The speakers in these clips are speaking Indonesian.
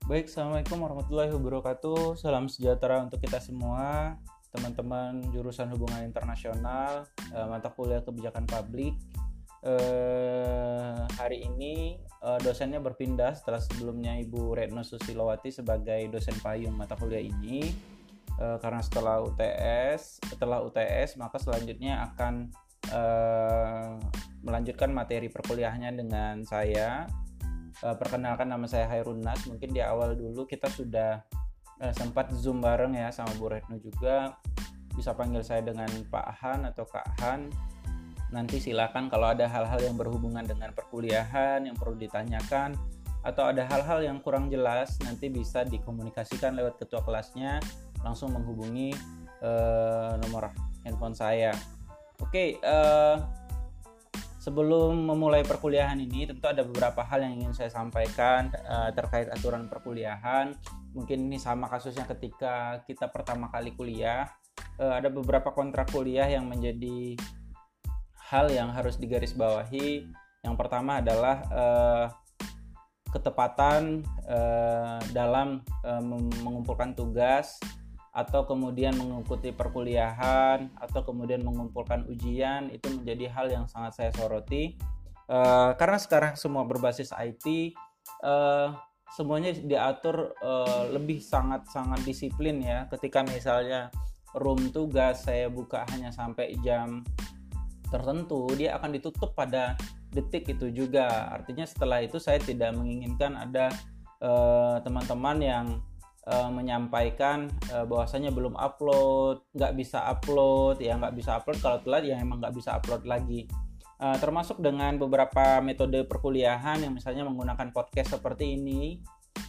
Baik, Assalamualaikum warahmatullahi wabarakatuh. Salam sejahtera untuk kita semua, teman-teman jurusan hubungan internasional, mata kuliah kebijakan publik. Hari ini dosennya berpindah setelah sebelumnya Ibu Retno Susilowati sebagai dosen payung mata kuliah ini. Karena setelah UTS maka selanjutnya akan melanjutkan materi perkuliahannya dengan saya. Perkenalkan, nama saya Hairun Nas. Mungkin di awal dulu kita sudah sempat Zoom bareng ya sama Bu Retno juga. Bisa panggil saya dengan Pak Han atau Kak Han. Nanti silakan kalau ada hal-hal yang berhubungan dengan perkuliahan yang perlu ditanyakan atau ada hal-hal yang kurang jelas, nanti bisa dikomunikasikan lewat ketua kelasnya, langsung menghubungi nomor handphone saya. Oke, sebelum memulai perkuliahan ini, tentu ada beberapa hal yang ingin saya sampaikan terkait aturan perkuliahan. Mungkin ini sama kasusnya ketika kita pertama kali kuliah. Ada beberapa kontrak kuliah yang menjadi hal yang harus digarisbawahi. Yang pertama adalah ketepatan dalam mengumpulkan tugas, atau kemudian mengikuti perkuliahan, atau kemudian mengumpulkan ujian. Itu menjadi hal yang sangat saya soroti karena sekarang semua berbasis IT, semuanya diatur lebih sangat disiplin ya. Ketika misalnya room tugas saya buka hanya sampai jam tertentu, dia akan ditutup pada detik itu juga. Artinya setelah itu saya tidak menginginkan ada teman-teman yang menyampaikan bahwasanya belum upload, nggak bisa upload. Kalau telat ya emang nggak bisa upload lagi. Termasuk dengan beberapa metode perkuliahan yang misalnya menggunakan podcast seperti ini.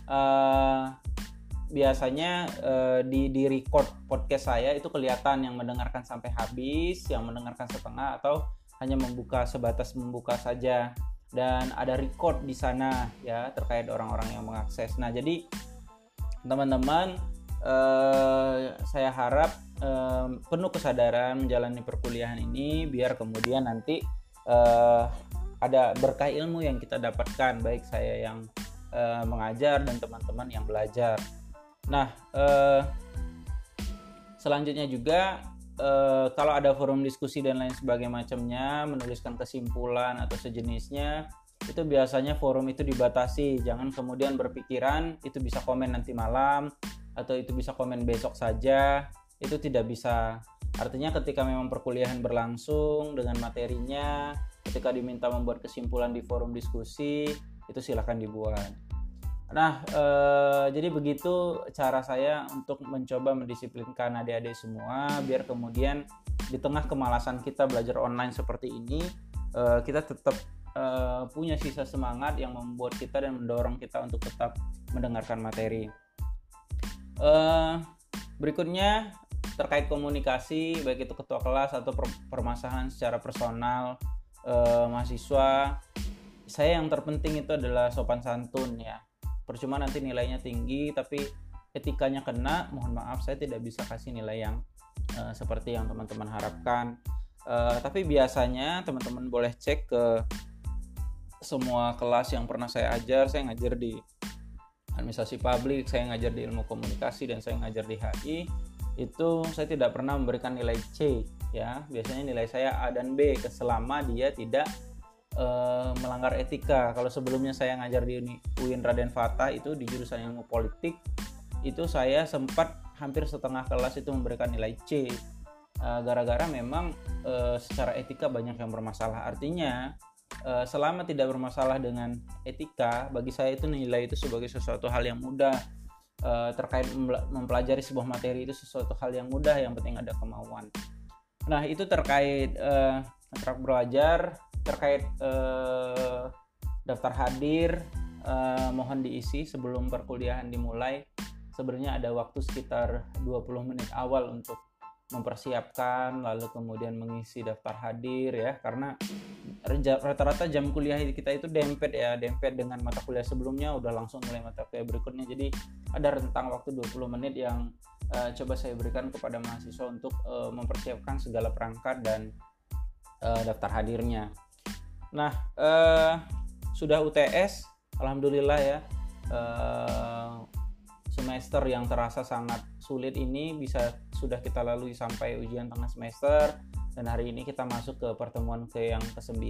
Biasanya di record podcast saya itu kelihatan yang mendengarkan sampai habis, yang mendengarkan setengah, atau hanya sebatas membuka saja, dan ada record di sana ya terkait orang-orang yang mengakses. Nah, jadi teman-teman, saya harap penuh kesadaran menjalani perkuliahan ini, biar kemudian nanti ada berkah ilmu yang kita dapatkan, baik saya yang mengajar dan teman-teman yang belajar. Nah, selanjutnya juga kalau ada forum diskusi dan lain sebagainya macamnya, menuliskan kesimpulan atau sejenisnya, itu biasanya forum itu dibatasi. Jangan kemudian berpikiran itu bisa komen nanti malam atau itu bisa komen besok saja. Itu tidak bisa. Artinya ketika memang perkuliahan berlangsung dengan materinya, ketika diminta membuat kesimpulan di forum diskusi, itu silakan dibuat. Nah, jadi begitu cara saya untuk mencoba mendisiplinkan adik-adik semua, biar kemudian di tengah kemalasan kita belajar online seperti ini, kita tetap punya sisa semangat yang membuat kita dan mendorong kita untuk tetap mendengarkan materi. Berikutnya terkait komunikasi, baik itu ketua kelas atau permasalahan secara personal mahasiswa, saya yang terpenting itu adalah sopan santun ya. Percuma nanti nilainya tinggi tapi etikanya kena, mohon maaf saya tidak bisa kasih nilai yang seperti yang teman-teman harapkan. Tapi biasanya teman-teman boleh cek ke semua kelas yang pernah saya ajar. Saya ngajar di administrasi publik, saya ngajar di ilmu komunikasi, dan saya ngajar di HI. Itu saya tidak pernah memberikan nilai C ya. Biasanya nilai saya A dan B selama dia tidak melanggar etika. Kalau sebelumnya saya ngajar di UIN Raden Fatah itu di jurusan ilmu politik, itu saya sempat hampir setengah kelas itu memberikan nilai C gara-gara memang secara etika banyak yang bermasalah. Artinya selama tidak bermasalah dengan etika, bagi saya itu nilai itu sebagai sesuatu hal yang mudah. Terkait mempelajari sebuah materi itu sesuatu hal yang mudah, yang penting ada kemauan. Nah, itu terkait kontrak belajar. Terkait daftar hadir, mohon diisi sebelum perkuliahan dimulai. Sebenarnya ada waktu sekitar 20 menit awal untuk mempersiapkan, lalu kemudian mengisi daftar hadir ya, karena rata-rata jam kuliah kita itu dempet dengan mata kuliah sebelumnya, udah langsung mulai mata kuliah berikutnya. Jadi ada rentang waktu 20 menit yang coba saya berikan kepada mahasiswa untuk mempersiapkan segala perangkat dan daftar hadirnya. Nah, sudah UTS, alhamdulillah ya, semester yang terasa sangat sulit ini sudah kita lalui sampai ujian tengah semester, dan hari ini kita masuk ke pertemuan yang ke-9.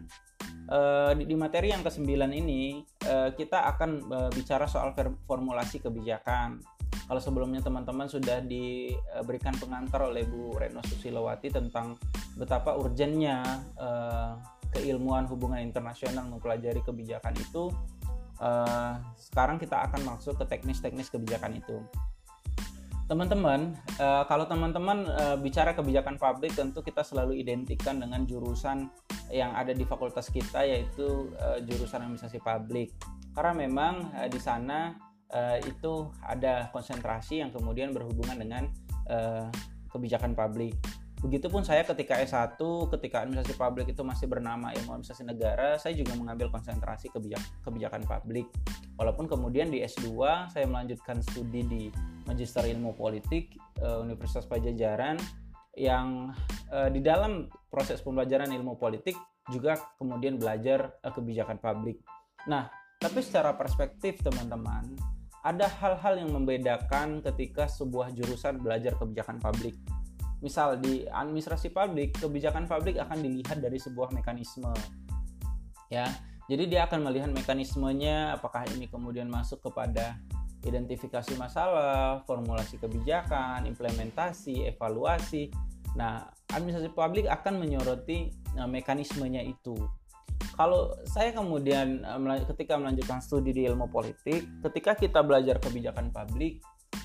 Di materi yang ke-9 ini kita akan bicara soal formulasi kebijakan. Kalau sebelumnya teman-teman sudah diberikan pengantar oleh Bu Retno Susilowati tentang betapa urgennya keilmuan hubungan internasional mempelajari kebijakan itu, sekarang kita akan masuk ke teknis-teknis kebijakan itu. Teman-teman, kalau teman-teman bicara kebijakan publik, tentu kita selalu identikkan dengan jurusan yang ada di fakultas kita, yaitu jurusan administrasi publik. Karena memang di sana itu ada konsentrasi yang kemudian berhubungan dengan kebijakan publik. Begitupun saya ketika S1, ketika administrasi publik itu masih bernama ilmu administrasi negara, saya juga mengambil konsentrasi kebijakan publik. Walaupun kemudian di S2 saya melanjutkan studi di Magister Ilmu Politik Universitas Padjadjaran, yang di dalam proses pembelajaran ilmu politik juga kemudian belajar kebijakan publik. Nah, tapi secara perspektif teman-teman, ada hal-hal yang membedakan ketika sebuah jurusan belajar kebijakan publik. Misal di administrasi publik, kebijakan publik akan dilihat dari sebuah mekanisme. Ya, jadi dia akan melihat mekanismenya, apakah ini kemudian masuk kepada identifikasi masalah, formulasi kebijakan, implementasi, evaluasi. Nah, administrasi publik akan menyoroti mekanismenya itu. Kalau saya kemudian ketika melanjutkan studi di ilmu politik, ketika kita belajar kebijakan publik,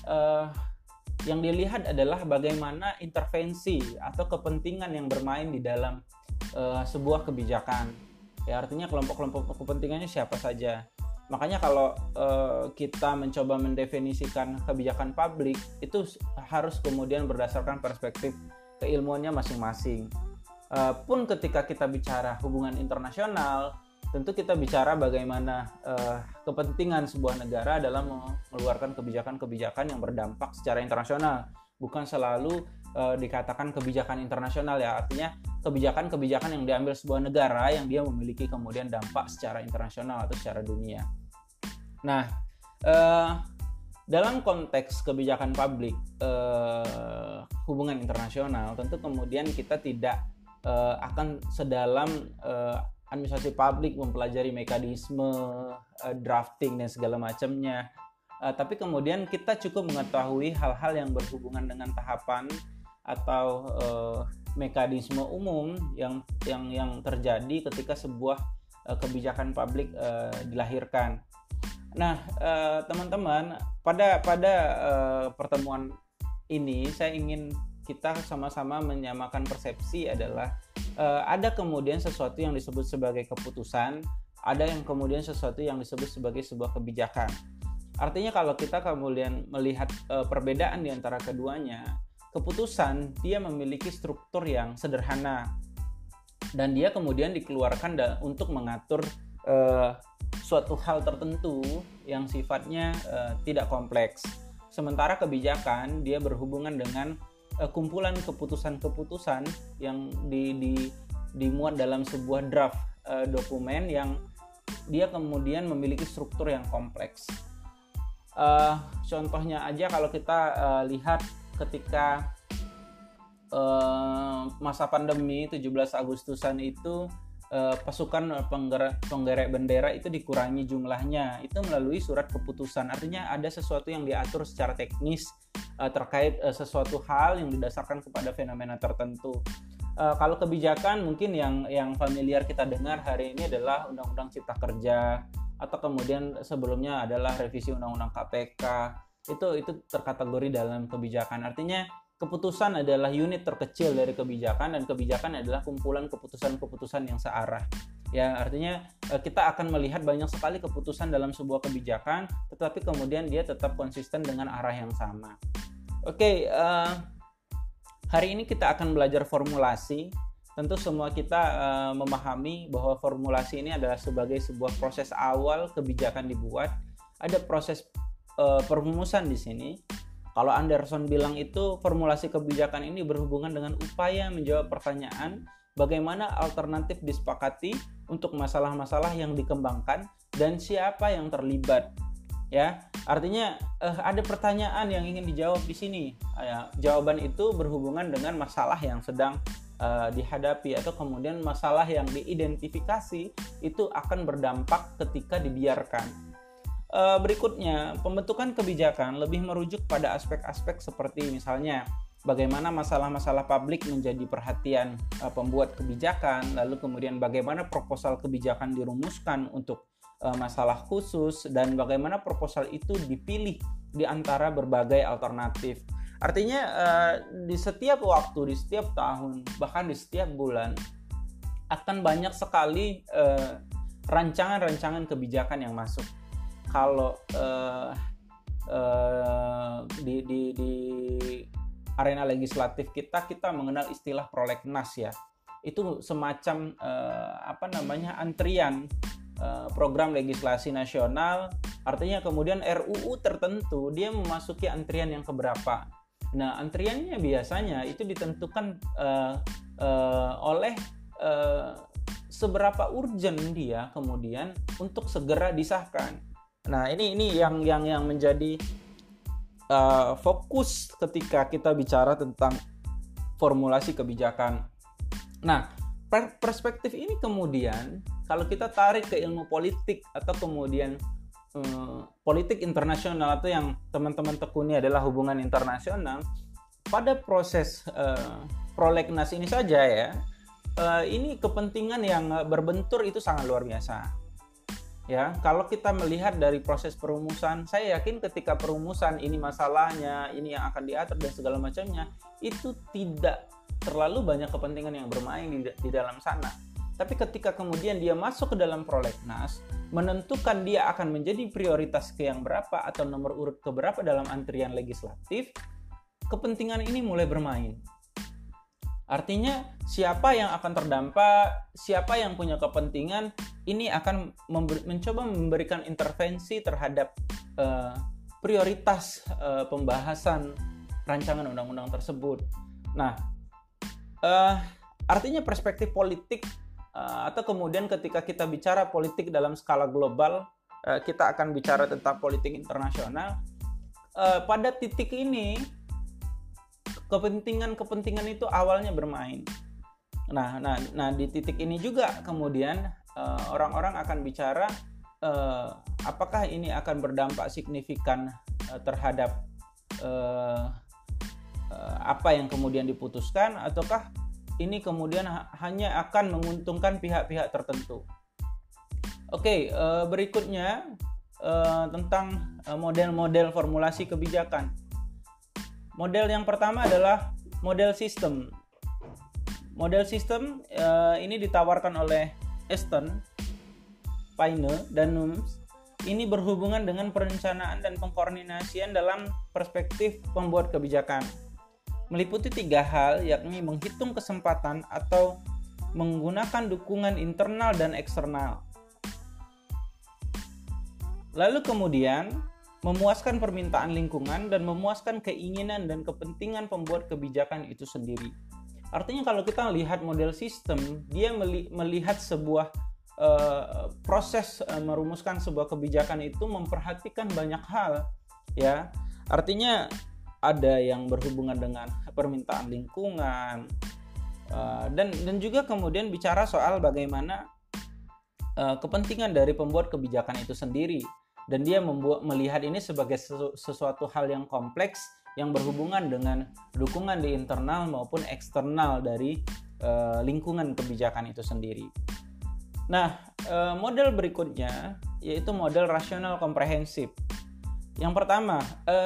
yang dilihat adalah bagaimana intervensi atau kepentingan yang bermain di dalam sebuah kebijakan. Ya, artinya kelompok-kelompok kepentingannya siapa saja. Makanya kalau kita mencoba mendefinisikan kebijakan publik, itu harus kemudian berdasarkan perspektif keilmuannya masing-masing. Pun ketika kita bicara hubungan internasional, tentu kita bicara bagaimana kepentingan sebuah negara dalam mengeluarkan kebijakan-kebijakan yang berdampak secara internasional. Bukan selalu dikatakan kebijakan internasional, ya, artinya kebijakan-kebijakan yang diambil sebuah negara yang dia memiliki kemudian dampak secara internasional atau secara dunia. Nah, dalam konteks kebijakan publik hubungan internasional, tentu kemudian kita tidak akan sedalam administrasi publik mempelajari mekanisme drafting dan segala macamnya, tapi kemudian kita cukup mengetahui hal-hal yang berhubungan dengan tahapan atau mekanisme umum yang terjadi ketika sebuah kebijakan publik dilahirkan. Nah, teman-teman, pada pertemuan ini saya ingin kita sama-sama menyamakan persepsi adalah ada kemudian sesuatu yang disebut sebagai keputusan, ada yang kemudian sesuatu yang disebut sebagai sebuah kebijakan. Artinya kalau kita kemudian melihat perbedaan di antara keduanya, keputusan dia memiliki struktur yang sederhana dan dia kemudian dikeluarkan untuk mengatur suatu hal tertentu yang sifatnya tidak kompleks. Sementara kebijakan dia berhubungan dengan kumpulan keputusan-keputusan yang dimuat dalam sebuah draft dokumen yang dia kemudian memiliki struktur yang kompleks. Contohnya aja kalau kita lihat ketika masa pandemi 17 Agustusan itu pasukan penggerek bendera itu dikurangi jumlahnya, itu melalui surat keputusan. Artinya ada sesuatu yang diatur secara teknis terkait sesuatu hal yang didasarkan kepada fenomena tertentu. Kalau kebijakan mungkin yang familiar kita dengar hari ini adalah Undang-Undang Cipta Kerja, atau kemudian sebelumnya adalah revisi Undang-Undang KPK. Itu terkategori dalam kebijakan. Artinya keputusan adalah unit terkecil dari kebijakan, dan kebijakan adalah kumpulan keputusan-keputusan yang searah. Ya, artinya kita akan melihat banyak sekali keputusan dalam sebuah kebijakan, tetapi kemudian dia tetap konsisten dengan arah yang sama. Oke, hari ini kita akan belajar formulasi. Tentu semua kita memahami bahwa formulasi ini adalah sebagai sebuah proses awal kebijakan dibuat. Ada proses perumusan di sini. Kalau Anderson bilang itu formulasi kebijakan ini berhubungan dengan upaya menjawab pertanyaan bagaimana alternatif disepakati untuk masalah-masalah yang dikembangkan dan siapa yang terlibat. ya. Artinya ada pertanyaan yang ingin dijawab di sini. Jawaban itu berhubungan dengan masalah yang sedang dihadapi, atau kemudian masalah yang diidentifikasi itu akan berdampak ketika dibiarkan. Berikutnya, pembentukan kebijakan lebih merujuk pada aspek-aspek seperti misalnya bagaimana masalah-masalah publik menjadi perhatian pembuat kebijakan, lalu kemudian bagaimana proposal kebijakan dirumuskan untuk masalah khusus, dan bagaimana proposal itu dipilih di antara berbagai alternatif. Artinya di setiap waktu, di setiap tahun, bahkan di setiap bulan akan banyak sekali rancangan-rancangan kebijakan yang masuk. Kalau di arena legislatif kita mengenal istilah prolegnas ya. Itu semacam antrian program legislasi nasional. Artinya kemudian RUU tertentu dia memasuki antrian yang keberapa. Nah, antriannya biasanya itu ditentukan oleh seberapa urgent dia kemudian untuk segera disahkan. Nah, ini yang menjadi fokus ketika kita bicara tentang formulasi kebijakan. Nah, perspektif ini kemudian kalau kita tarik ke ilmu politik atau kemudian politik internasional, atau yang teman-teman tekuni adalah hubungan internasional, pada proses prolegnas ini saja ya, ini kepentingan yang berbentur itu sangat luar biasa. Ya, kalau kita melihat dari proses perumusan, saya yakin ketika perumusan ini masalahnya, ini yang akan diatur dan segala macamnya, itu tidak terlalu banyak kepentingan yang bermain di dalam sana. Tapi ketika kemudian dia masuk ke dalam prolegnas, menentukan dia akan menjadi prioritas ke yang berapa atau nomor urut ke berapa dalam antrian legislatif, kepentingan ini mulai bermain. Artinya siapa yang akan terdampak, siapa yang punya kepentingan, ini akan mencoba memberikan intervensi terhadap prioritas pembahasan rancangan undang-undang tersebut. Nah, artinya perspektif politik atau kemudian ketika kita bicara politik dalam skala global, kita akan bicara tentang politik internasional. Pada titik ini kepentingan itu awalnya bermain. Nah di titik ini juga kemudian orang-orang akan bicara apakah ini akan berdampak signifikan terhadap apa yang kemudian diputuskan, ataukah ini kemudian hanya akan menguntungkan pihak-pihak tertentu. Oke, berikutnya tentang model-model formulasi kebijakan. Model yang pertama adalah model sistem. Model sistem ini ditawarkan oleh Easton, Paine, dan Nunes. Ini berhubungan dengan perencanaan dan pengkoordinasian dalam perspektif pembuat kebijakan. Meliputi 3 hal, yakni menghitung kesempatan atau menggunakan dukungan internal dan eksternal. Lalu kemudian memuaskan permintaan lingkungan dan memuaskan keinginan dan kepentingan pembuat kebijakan itu sendiri. Artinya kalau kita lihat model sistem, dia melihat sebuah proses merumuskan sebuah kebijakan itu memperhatikan banyak hal, ya. Artinya ada yang berhubungan dengan permintaan lingkungan, dan juga kemudian bicara soal bagaimana kepentingan dari pembuat kebijakan itu sendiri, dan dia melihat ini sebagai sesuatu hal yang kompleks yang berhubungan dengan dukungan di internal maupun eksternal dari lingkungan kebijakan itu sendiri. Nah, model berikutnya yaitu model rasional komprehensif. Yang pertama,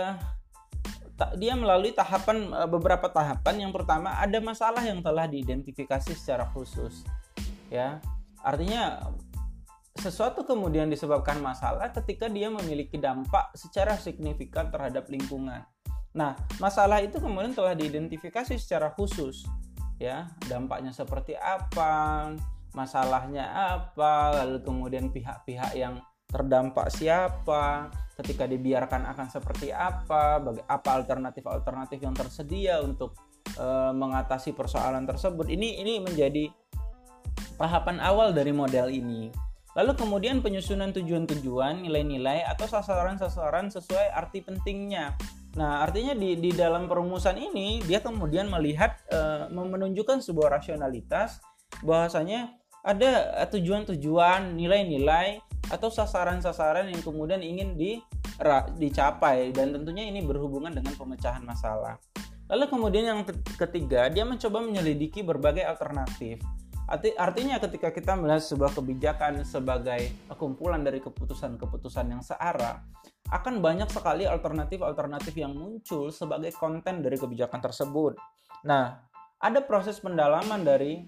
dia melalui beberapa tahapan. Yang pertama, ada masalah yang telah diidentifikasi secara khusus, ya. Artinya sesuatu kemudian disebabkan masalah ketika dia memiliki dampak secara signifikan terhadap lingkungan. Nah, masalah itu kemudian telah diidentifikasi secara khusus, ya. Dampaknya seperti apa, masalahnya apa, lalu kemudian pihak-pihak yang terdampak siapa, ketika dibiarkan akan seperti apa alternatif-alternatif yang tersedia untuk mengatasi persoalan tersebut. Ini menjadi tahapan awal dari model ini. Lalu kemudian penyusunan tujuan-tujuan, nilai-nilai atau sasaran-sasaran sesuai arti pentingnya. Nah, artinya di dalam perumusan ini dia kemudian melihat menunjukkan sebuah rasionalitas bahwasanya ada tujuan-tujuan, nilai-nilai atau sasaran-sasaran yang kemudian ingin dicapai, dan tentunya ini berhubungan dengan pemecahan masalah. Lalu kemudian yang ketiga, dia mencoba menyelidiki berbagai alternatif. Artinya ketika kita melihat sebuah kebijakan sebagai kumpulan dari keputusan-keputusan yang searah, akan banyak sekali alternatif-alternatif yang muncul sebagai konten dari kebijakan tersebut. Nah, ada proses pendalaman dari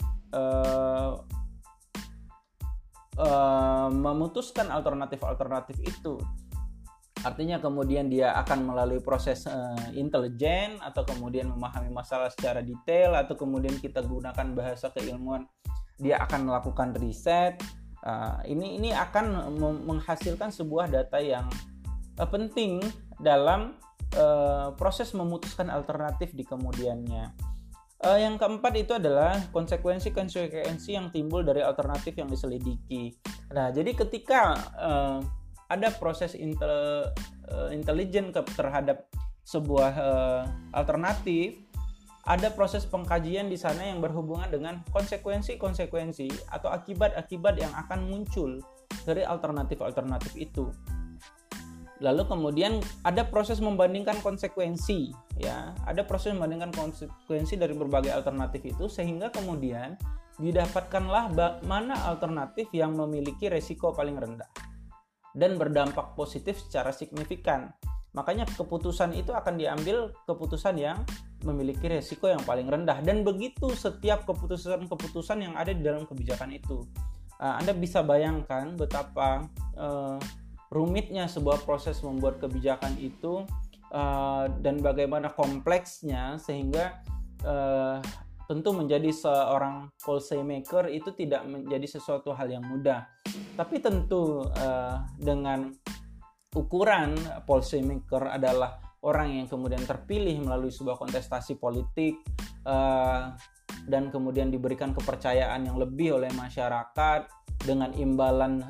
memutuskan alternatif-alternatif itu. Artinya kemudian dia akan melalui proses intelijen, atau kemudian memahami masalah secara detail, atau kemudian kita gunakan bahasa keilmuan, dia akan melakukan riset. Ini akan menghasilkan sebuah data yang penting dalam proses memutuskan alternatif di kemudiannya. Yang keempat itu adalah konsekuensi-konsekuensi yang timbul dari alternatif yang diselidiki. Nah, jadi ketika ada proses intelijen terhadap sebuah alternatif, ada proses pengkajian di sana yang berhubungan dengan konsekuensi-konsekuensi atau akibat-akibat yang akan muncul dari alternatif-alternatif itu. Lalu kemudian ada proses membandingkan konsekuensi, ya, ada proses membandingkan konsekuensi dari berbagai alternatif itu, sehingga kemudian didapatkanlah mana alternatif yang memiliki resiko paling rendah dan berdampak positif secara signifikan. Makanya keputusan itu akan diambil keputusan yang memiliki resiko yang paling rendah, dan begitu setiap keputusan-keputusan yang ada di dalam kebijakan itu. Anda bisa bayangkan betapa rumitnya sebuah proses membuat kebijakan itu, dan bagaimana kompleksnya, sehingga tentu menjadi seorang policy maker itu tidak menjadi sesuatu hal yang mudah. Tapi tentu dengan ukuran policy maker adalah orang yang kemudian terpilih melalui sebuah kontestasi politik, dan kemudian diberikan kepercayaan yang lebih oleh masyarakat dengan imbalan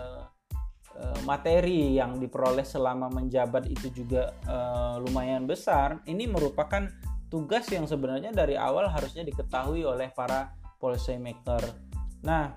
materi yang diperoleh selama menjabat itu juga lumayan besar. Ini merupakan tugas yang sebenarnya dari awal harusnya diketahui oleh para policy maker. Nah,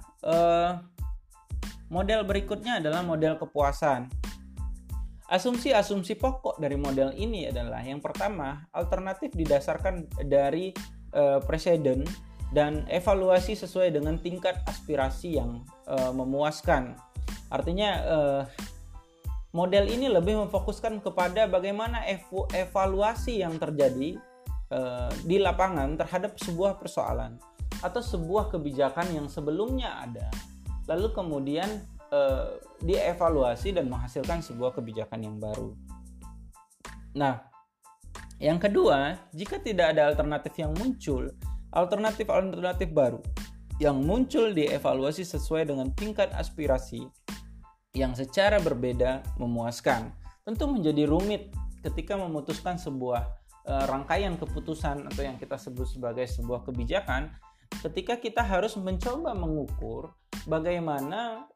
model berikutnya adalah model kepuasan. Asumsi-asumsi pokok dari model ini adalah, yang pertama, alternatif didasarkan dari preseden dan evaluasi sesuai dengan tingkat aspirasi yang memuaskan. Artinya model ini lebih memfokuskan kepada bagaimana evaluasi yang terjadi di lapangan terhadap sebuah persoalan atau sebuah kebijakan yang sebelumnya ada, lalu kemudian dievaluasi dan menghasilkan sebuah kebijakan yang baru. Nah, yang kedua, jika tidak ada alternatif yang muncul, alternatif baru yang muncul dievaluasi sesuai dengan tingkat aspirasi yang secara berbeda memuaskan. Tentu menjadi rumit ketika memutuskan sebuah rangkaian keputusan atau yang kita sebut sebagai sebuah kebijakan, ketika kita harus mencoba mengukur bagaimana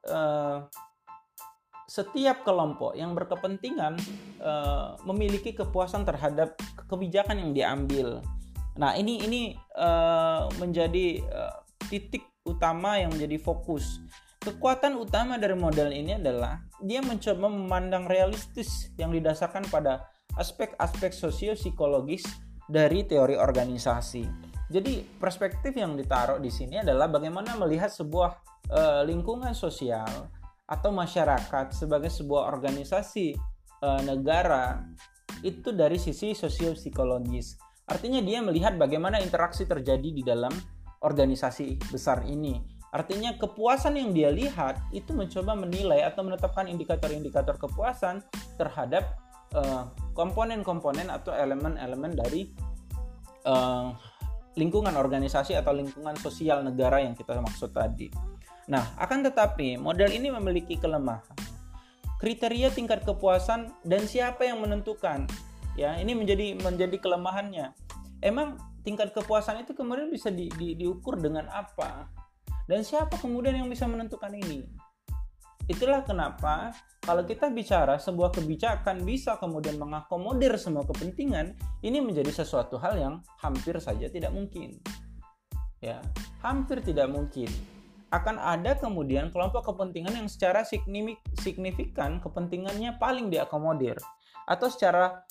setiap kelompok yang berkepentingan memiliki kepuasan terhadap kebijakan yang diambil. Nah, ini menjadi titik utama yang menjadi fokus. Kekuatan utama dari model ini adalah dia mencoba memandang realistis yang didasarkan pada aspek-aspek sosio-psikologis dari teori organisasi. Jadi perspektif yang ditaruh di sini adalah bagaimana melihat sebuah lingkungan sosial atau masyarakat sebagai sebuah organisasi negara itu dari sisi sosio-psikologis. Artinya dia melihat bagaimana interaksi terjadi di dalam organisasi besar ini. Artinya kepuasan yang dia lihat itu mencoba menilai atau menetapkan indikator-indikator kepuasan terhadap komponen-komponen atau elemen-elemen dari lingkungan organisasi atau lingkungan sosial negara yang kita maksud tadi. Nah, akan tetapi model ini memiliki kelemahan. Kriteria tingkat kepuasan dan siapa yang menentukan, ya, ini menjadi kelemahannya. Emang tingkat kepuasan itu kemudian bisa diukur dengan apa? Dan siapa kemudian yang bisa menentukan ini? Itulah kenapa kalau kita bicara sebuah kebijakan bisa kemudian mengakomodir semua kepentingan, ini menjadi sesuatu hal yang hampir saja tidak mungkin. Ya, hampir tidak mungkin. Akan ada kemudian kelompok kepentingan yang secara signifikan kepentingannya paling diakomodir. Atau secara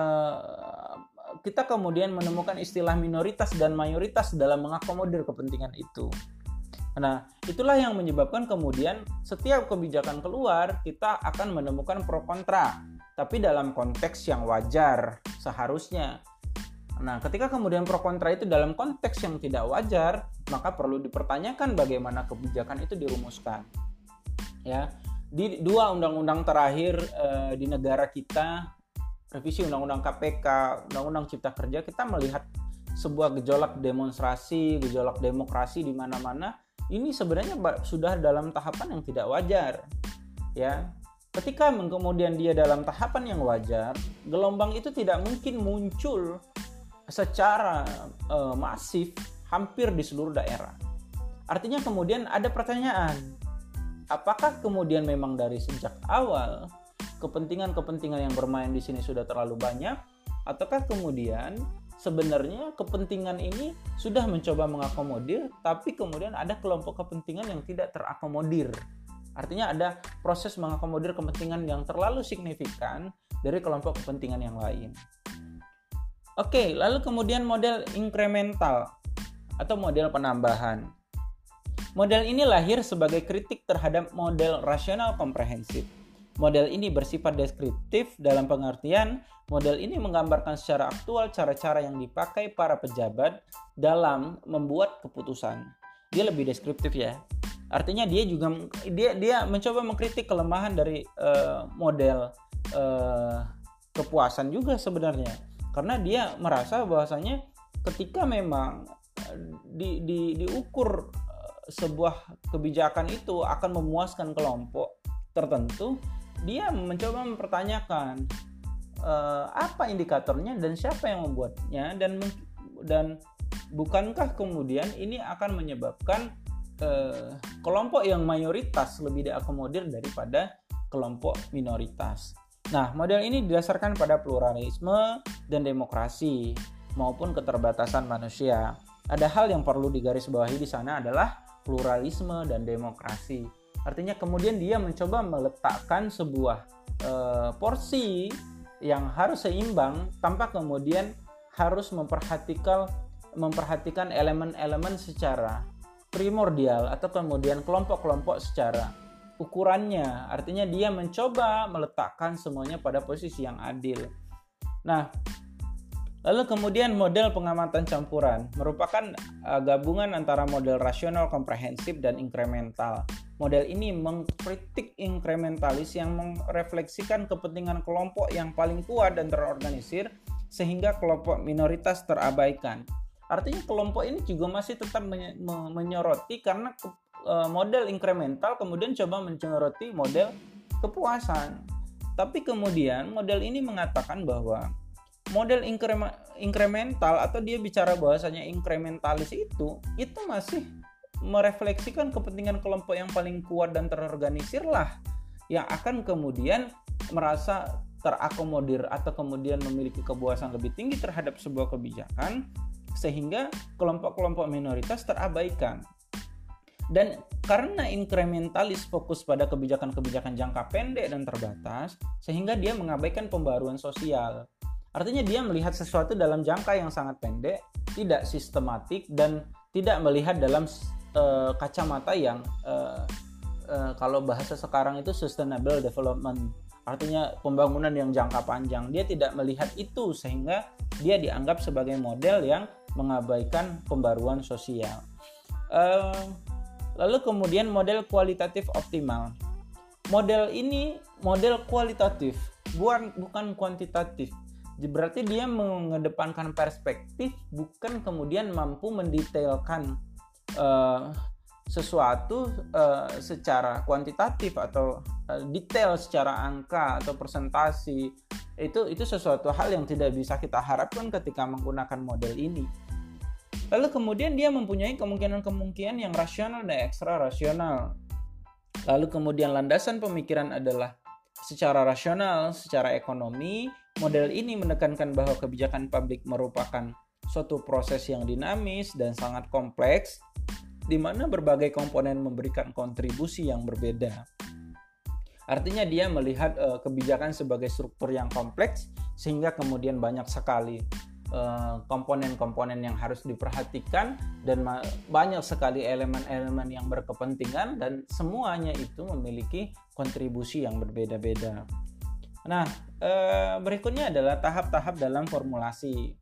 kita kemudian menemukan istilah minoritas dan mayoritas dalam mengakomodir kepentingan itu. Nah, itulah yang menyebabkan kemudian setiap kebijakan keluar kita akan menemukan pro kontra, tapi dalam konteks yang wajar seharusnya. Nah, ketika kemudian pro kontra itu dalam konteks yang tidak wajar, maka perlu dipertanyakan bagaimana kebijakan itu dirumuskan. Ya, di 2 undang-undang terakhir di negara kita, revisi undang-undang KPK, undang-undang Cipta Kerja, kita melihat sebuah gejolak demonstrasi, gejolak demokrasi di mana-mana. Ini sebenarnya sudah dalam tahapan yang tidak wajar. Ya, ketika kemudian dia dalam tahapan yang wajar, gelombang itu tidak mungkin muncul secara masif hampir di seluruh daerah. Artinya kemudian ada pertanyaan, apakah kemudian memang dari sejak awal kepentingan-kepentingan yang bermain di sini sudah terlalu banyak, ataukah kemudian sebenarnya kepentingan ini sudah mencoba mengakomodir, tapi kemudian ada kelompok kepentingan yang tidak terakomodir. Artinya ada proses mengakomodir kepentingan yang terlalu signifikan dari kelompok kepentingan yang lain. Oke, lalu kemudian model inkremental atau model penambahan. Model ini lahir sebagai kritik terhadap model rasional komprehensif. Model ini bersifat deskriptif dalam pengertian model ini menggambarkan secara aktual cara-cara yang dipakai para pejabat dalam membuat keputusan. Dia lebih deskriptif ya. Artinya dia juga dia mencoba mengkritik kelemahan dari model kepuasan juga sebenarnya. Karena dia merasa bahwasanya ketika memang diukur sebuah kebijakan itu akan memuaskan kelompok tertentu, dia mencoba mempertanyakan apa indikatornya dan siapa yang membuatnya, dan bukankah kemudian ini akan menyebabkan kelompok yang mayoritas lebih diakomodir daripada kelompok minoritas. Nah, model ini didasarkan pada pluralisme dan demokrasi maupun keterbatasan manusia. Ada hal yang perlu digarisbawahi di sana adalah pluralisme dan demokrasi. Artinya kemudian dia mencoba meletakkan sebuah porsi yang harus seimbang tanpa kemudian harus memperhatikan elemen-elemen secara primordial atau kemudian kelompok-kelompok secara ukurannya. Artinya dia mencoba meletakkan semuanya pada posisi yang adil. Nah, lalu kemudian model pengamatan campuran merupakan gabungan antara model rasional komprehensif dan inkremental. Model ini mengkritik inkrementalis yang merefleksikan kepentingan kelompok yang paling kuat dan terorganisir sehingga kelompok minoritas terabaikan. Artinya kelompok ini juga masih tetap menyoroti karena model inkremental kemudian coba menyoroti model kepuasan. Tapi kemudian model ini mengatakan bahwa model inkremental atau dia bicara bahwasanya inkrementalis itu masih merefleksikan kepentingan kelompok yang paling kuat dan terorganisir lah yang akan kemudian merasa terakomodir atau kemudian memiliki kepuasan lebih tinggi terhadap sebuah kebijakan sehingga kelompok-kelompok minoritas terabaikan. Dan karena inkrementalis fokus pada kebijakan-kebijakan jangka pendek dan terbatas sehingga dia mengabaikan pembaruan sosial. Artinya dia melihat sesuatu dalam jangka yang sangat pendek, tidak sistematik, dan tidak melihat dalam kacamata yang kalau bahasa sekarang itu sustainable development. Artinya pembangunan yang jangka panjang. Dia tidak melihat itu sehingga dia dianggap sebagai model yang mengabaikan pembaruan sosial. Lalu kemudian model kualitatif optimal. Model ini model kualitatif, bukan kuantitatif. Berarti dia mengedepankan perspektif, bukan kemudian mampu mendetailkan sesuatu secara kuantitatif atau detail secara angka atau persentasi. Itu sesuatu hal yang tidak bisa kita harapkan ketika menggunakan model ini. Lalu kemudian dia mempunyai kemungkinan-kemungkinan yang rasional dan ekstra rasional. Lalu kemudian landasan pemikiran adalah secara rasional, secara ekonomi. Model ini menekankan bahwa kebijakan publik merupakan suatu proses yang dinamis dan sangat kompleks, di mana berbagai komponen memberikan kontribusi yang berbeda. Artinya dia melihat kebijakan sebagai struktur yang kompleks, sehingga kemudian banyak sekali komponen-komponen yang harus diperhatikan dan banyak sekali elemen-elemen yang berkepentingan, dan semuanya itu memiliki kontribusi yang berbeda-beda. Nah, berikutnya adalah tahap-tahap dalam formulasi.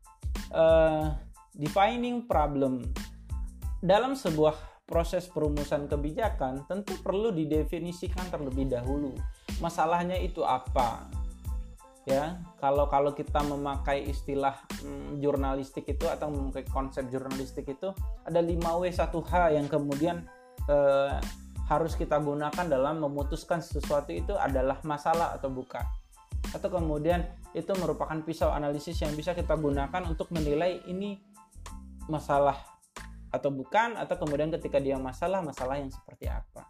Defining problem. Dalam sebuah proses perumusan kebijakan tentu perlu didefinisikan terlebih dahulu masalahnya itu apa. Ya, kalau kita memakai istilah jurnalistik itu atau memakai konsep jurnalistik itu ada 5W1H yang kemudian harus kita gunakan dalam memutuskan sesuatu itu adalah masalah atau bukan. Atau kemudian itu merupakan pisau analisis yang bisa kita gunakan untuk menilai ini masalah atau bukan, atau kemudian ketika dia masalah yang seperti apa.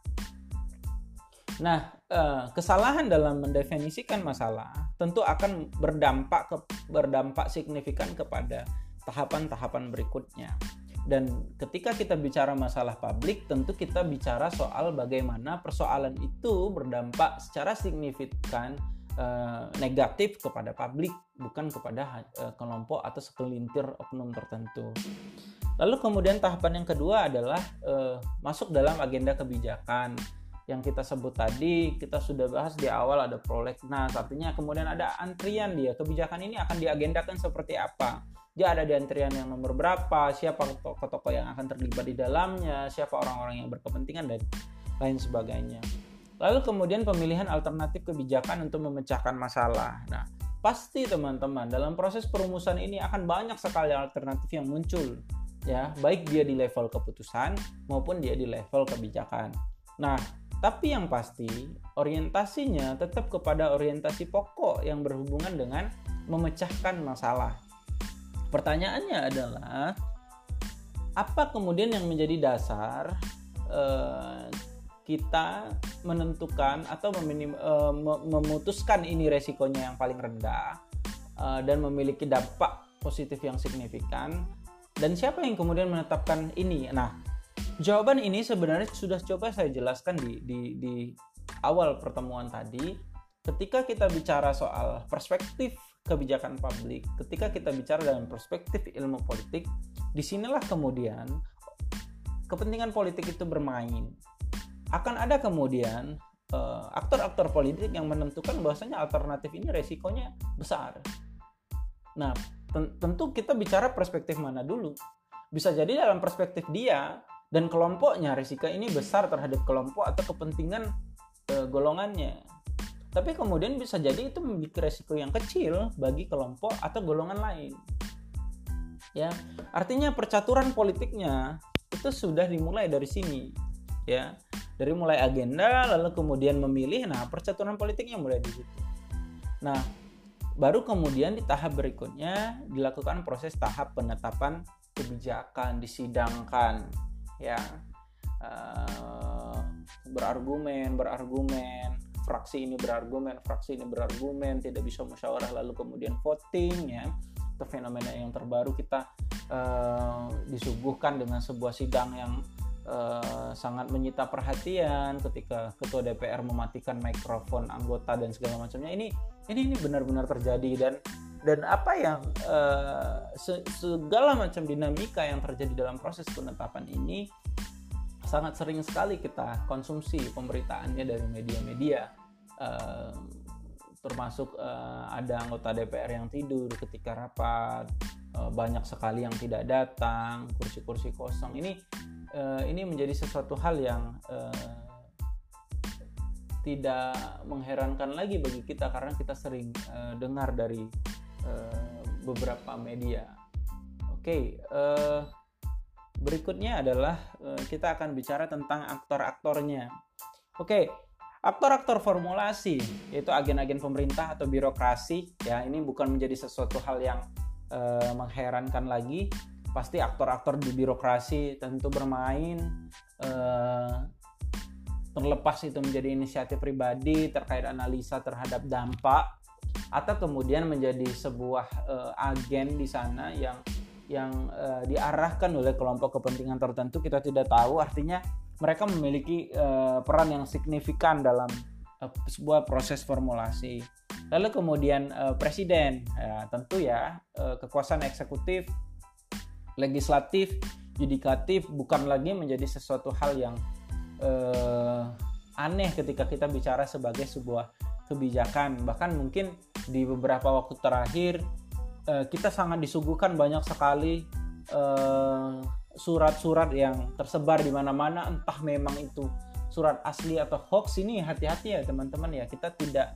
Nah, kesalahan dalam mendefinisikan masalah tentu akan berdampak signifikan kepada tahapan-tahapan berikutnya. Dan ketika kita bicara masalah publik, tentu kita bicara soal bagaimana persoalan itu berdampak secara signifikan negatif kepada publik, bukan kepada kelompok atau segelintir oknum tertentu. Lalu kemudian tahapan yang kedua adalah masuk dalam agenda kebijakan. Yang kita sebut tadi, kita sudah bahas di awal, ada prolegnas, artinya kemudian ada antrian dia, kebijakan ini akan diagendakan seperti apa. Dia ada di antrian yang nomor berapa, siapa tokoh-tokoh yang akan terlibat di dalamnya, siapa orang-orang yang berkepentingan, dan lain sebagainya. Lalu kemudian pemilihan alternatif kebijakan untuk memecahkan masalah. Nah, pasti teman-teman dalam proses perumusan ini akan banyak sekali alternatif yang muncul, ya, baik dia di level keputusan maupun dia di level kebijakan. Nah, tapi yang pasti orientasinya tetap kepada orientasi pokok yang berhubungan dengan memecahkan masalah. Pertanyaannya adalah, apa kemudian yang menjadi dasar kita menentukan atau memutuskan ini resikonya yang paling rendah dan memiliki dampak positif yang signifikan, dan siapa yang kemudian menetapkan ini? Nah, jawaban ini sebenarnya sudah coba saya jelaskan di awal pertemuan tadi. Ketika kita bicara soal perspektif kebijakan publik, ketika kita bicara dalam perspektif ilmu politik, disinilah kemudian kepentingan politik itu bermain. Akan ada kemudian aktor-aktor politik yang menentukan bahwasanya alternatif ini resikonya besar. Nah, tentu kita bicara perspektif mana dulu. Bisa jadi dalam perspektif dia dan kelompoknya risiko ini besar terhadap kelompok atau kepentingan golongannya. Tapi kemudian bisa jadi itu memiliki risiko yang kecil bagi kelompok atau golongan lain. Ya, artinya percaturan politiknya itu sudah dimulai dari sini, ya. Dari mulai agenda lalu kemudian memilih, nah percaturan politiknya mulai di situ. Nah, baru kemudian di tahap berikutnya dilakukan proses tahap penetapan kebijakan, disidangkan, ya, berargumen, fraksi ini berargumen, tidak bisa musyawarah, lalu kemudian voting, ya. Itu fenomena yang terbaru, kita disuguhkan dengan sebuah sidang yang sangat menyita perhatian ketika ketua DPR mematikan mikrofon anggota dan segala macamnya. Ini benar-benar terjadi, dan apa yang segala macam dinamika yang terjadi dalam proses penetapan ini sangat sering sekali kita konsumsi pemberitaannya dari media-media, termasuk ada anggota DPR yang tidur ketika rapat, banyak sekali yang tidak datang, kursi-kursi kosong. Ini menjadi sesuatu hal yang tidak mengherankan lagi bagi kita, karena kita sering dengar dari beberapa media. Oke, berikutnya adalah kita akan bicara tentang aktor-aktornya. Oke, aktor-aktor formulasi yaitu agen-agen pemerintah atau birokrasi, ya. Ini bukan menjadi sesuatu hal yang mengherankan lagi. Pasti aktor-aktor di birokrasi tentu bermain terlepas itu menjadi inisiatif pribadi terkait analisa terhadap dampak, atau kemudian menjadi sebuah agen di sana yang diarahkan oleh kelompok kepentingan tertentu, kita tidak tahu. Artinya mereka memiliki peran yang signifikan dalam sebuah proses formulasi. Lalu kemudian presiden, ya, tentu ya kekuasaan eksekutif, legislatif, yudikatif bukan lagi menjadi sesuatu hal yang aneh ketika kita bicara sebagai sebuah kebijakan. Bahkan mungkin di beberapa waktu terakhir kita sangat disuguhkan banyak sekali surat-surat yang tersebar di mana-mana, entah memang itu surat asli atau hoax. Ini hati-hati ya teman-teman ya, kita tidak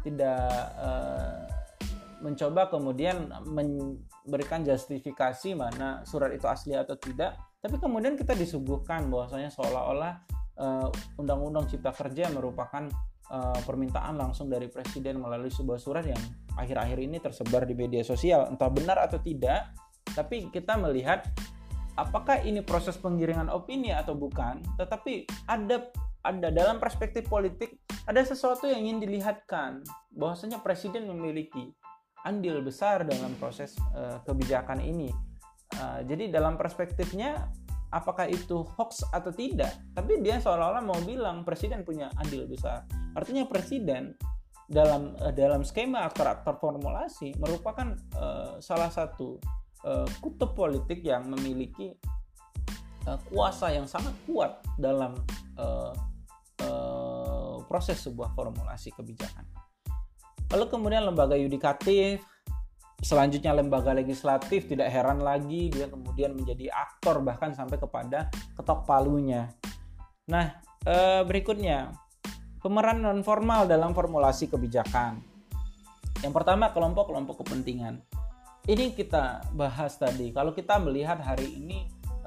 mencoba kemudian memberikan justifikasi mana surat itu asli atau tidak, tapi kemudian kita disuguhkan bahwasanya seolah-olah Undang-Undang Cipta Kerja merupakan permintaan langsung dari presiden melalui sebuah surat yang akhir-akhir ini tersebar di media sosial. Entah benar atau tidak, tapi kita melihat apakah ini proses penggiringan opini atau bukan, tetapi ada dalam perspektif politik ada sesuatu yang ingin dilihatkan, bahwasanya presiden memiliki andil besar dalam proses kebijakan ini. Jadi dalam perspektifnya apakah itu hoax atau tidak, tapi dia seolah-olah mau bilang presiden punya andil besar. Artinya presiden dalam skema aktor-aktor formulasi merupakan salah satu kutub politik yang memiliki kuasa yang sangat kuat dalam proses sebuah formulasi kebijakan. Lalu kemudian lembaga yudikatif, selanjutnya lembaga legislatif, tidak heran lagi dia kemudian menjadi aktor bahkan sampai kepada ketok palunya. Nah, berikutnya pemeran non formal dalam formulasi kebijakan. Yang pertama, kelompok-kelompok kepentingan. Ini kita bahas tadi. Kalau kita melihat hari ini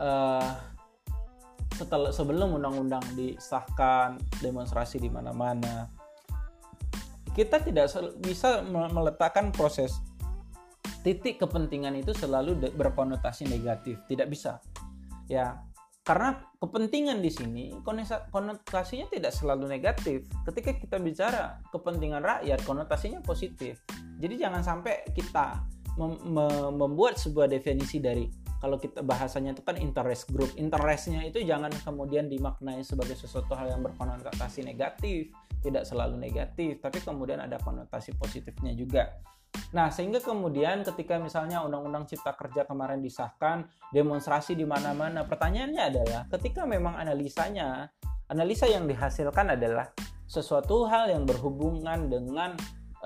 sebelum undang-undang disahkan, demonstrasi di mana-mana, kita tidak bisa meletakkan proses titik kepentingan itu selalu berkonotasi negatif. Tidak bisa. Ya, karena kepentingan di sini konotasinya tidak selalu negatif. Ketika kita bicara kepentingan rakyat, konotasinya positif. Jadi jangan sampai kita membuat sebuah definisi dari, kalau kita bahasanya itu kan interest group, interestnya itu jangan kemudian dimaknai sebagai sesuatu hal yang berkonotasi negatif. Tidak selalu negatif, tapi kemudian ada konotasi positifnya juga. Nah, sehingga kemudian ketika misalnya Undang-Undang Cipta Kerja kemarin disahkan, demonstrasi di mana-mana, pertanyaannya adalah ketika memang analisa yang dihasilkan adalah sesuatu hal yang berhubungan dengan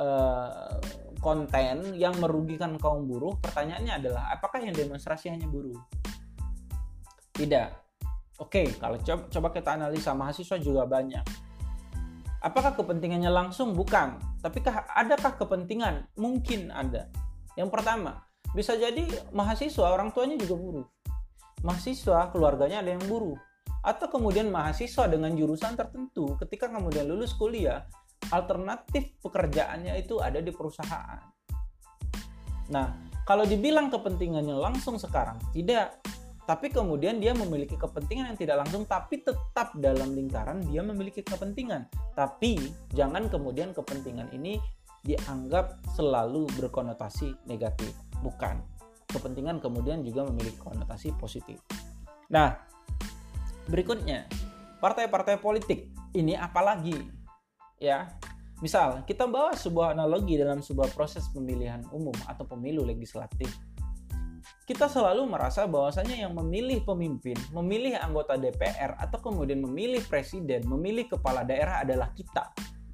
konten yang merugikan kaum buruh, pertanyaannya adalah apakah yang demonstrasi hanya buruh? Tidak. Oke, kalau coba kita analisa, mahasiswa juga banyak. Apakah kepentingannya langsung? Bukan. Tapi adakah kepentingan? Mungkin ada. Yang pertama, bisa jadi mahasiswa orang tuanya juga buruh. Mahasiswa keluarganya ada yang buruh. Atau kemudian mahasiswa dengan jurusan tertentu ketika kemudian lulus kuliah, alternatif pekerjaannya itu ada di perusahaan. Nah, kalau dibilang kepentingannya langsung sekarang, tidak. Tapi kemudian dia memiliki kepentingan yang tidak langsung, tapi tetap dalam lingkaran dia memiliki kepentingan. Tapi jangan kemudian kepentingan ini dianggap selalu berkonotasi negatif. Bukan. Kepentingan kemudian juga memiliki konotasi positif. Nah, berikutnya, partai-partai politik. Ini apalagi? Ya, misal kita bawa sebuah analogi dalam sebuah proses pemilihan umum atau pemilu legislatif. Kita selalu merasa bahwasanya yang memilih pemimpin, memilih anggota DPR, atau kemudian memilih presiden, memilih kepala daerah adalah kita.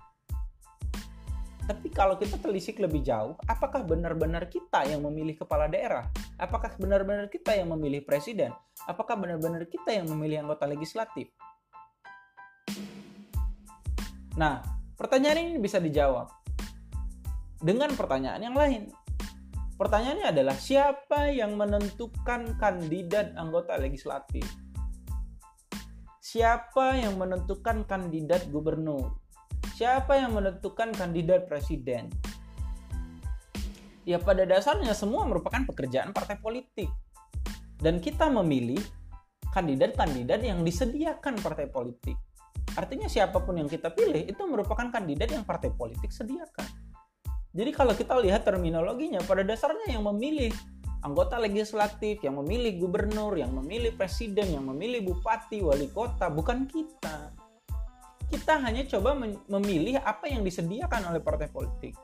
Tapi kalau kita telisik lebih jauh, apakah benar-benar kita yang memilih kepala daerah? Apakah benar-benar kita yang memilih presiden? Apakah benar-benar kita yang memilih anggota legislatif? Nah, pertanyaan ini bisa dijawab dengan pertanyaan yang lain. Pertanyaannya adalah siapa yang menentukan kandidat anggota legislatif? Siapa yang menentukan kandidat gubernur? Siapa yang menentukan kandidat presiden? Ya pada dasarnya semua merupakan pekerjaan partai politik. Dan kita memilih kandidat-kandidat yang disediakan partai politik. Artinya siapapun yang kita pilih itu merupakan kandidat yang partai politik sediakan. Jadi kalau kita lihat terminologinya, pada dasarnya yang memilih anggota legislatif, yang memilih gubernur, yang memilih presiden, yang memilih bupati, wali kota, bukan kita. Kita hanya coba memilih apa yang disediakan oleh partai politik.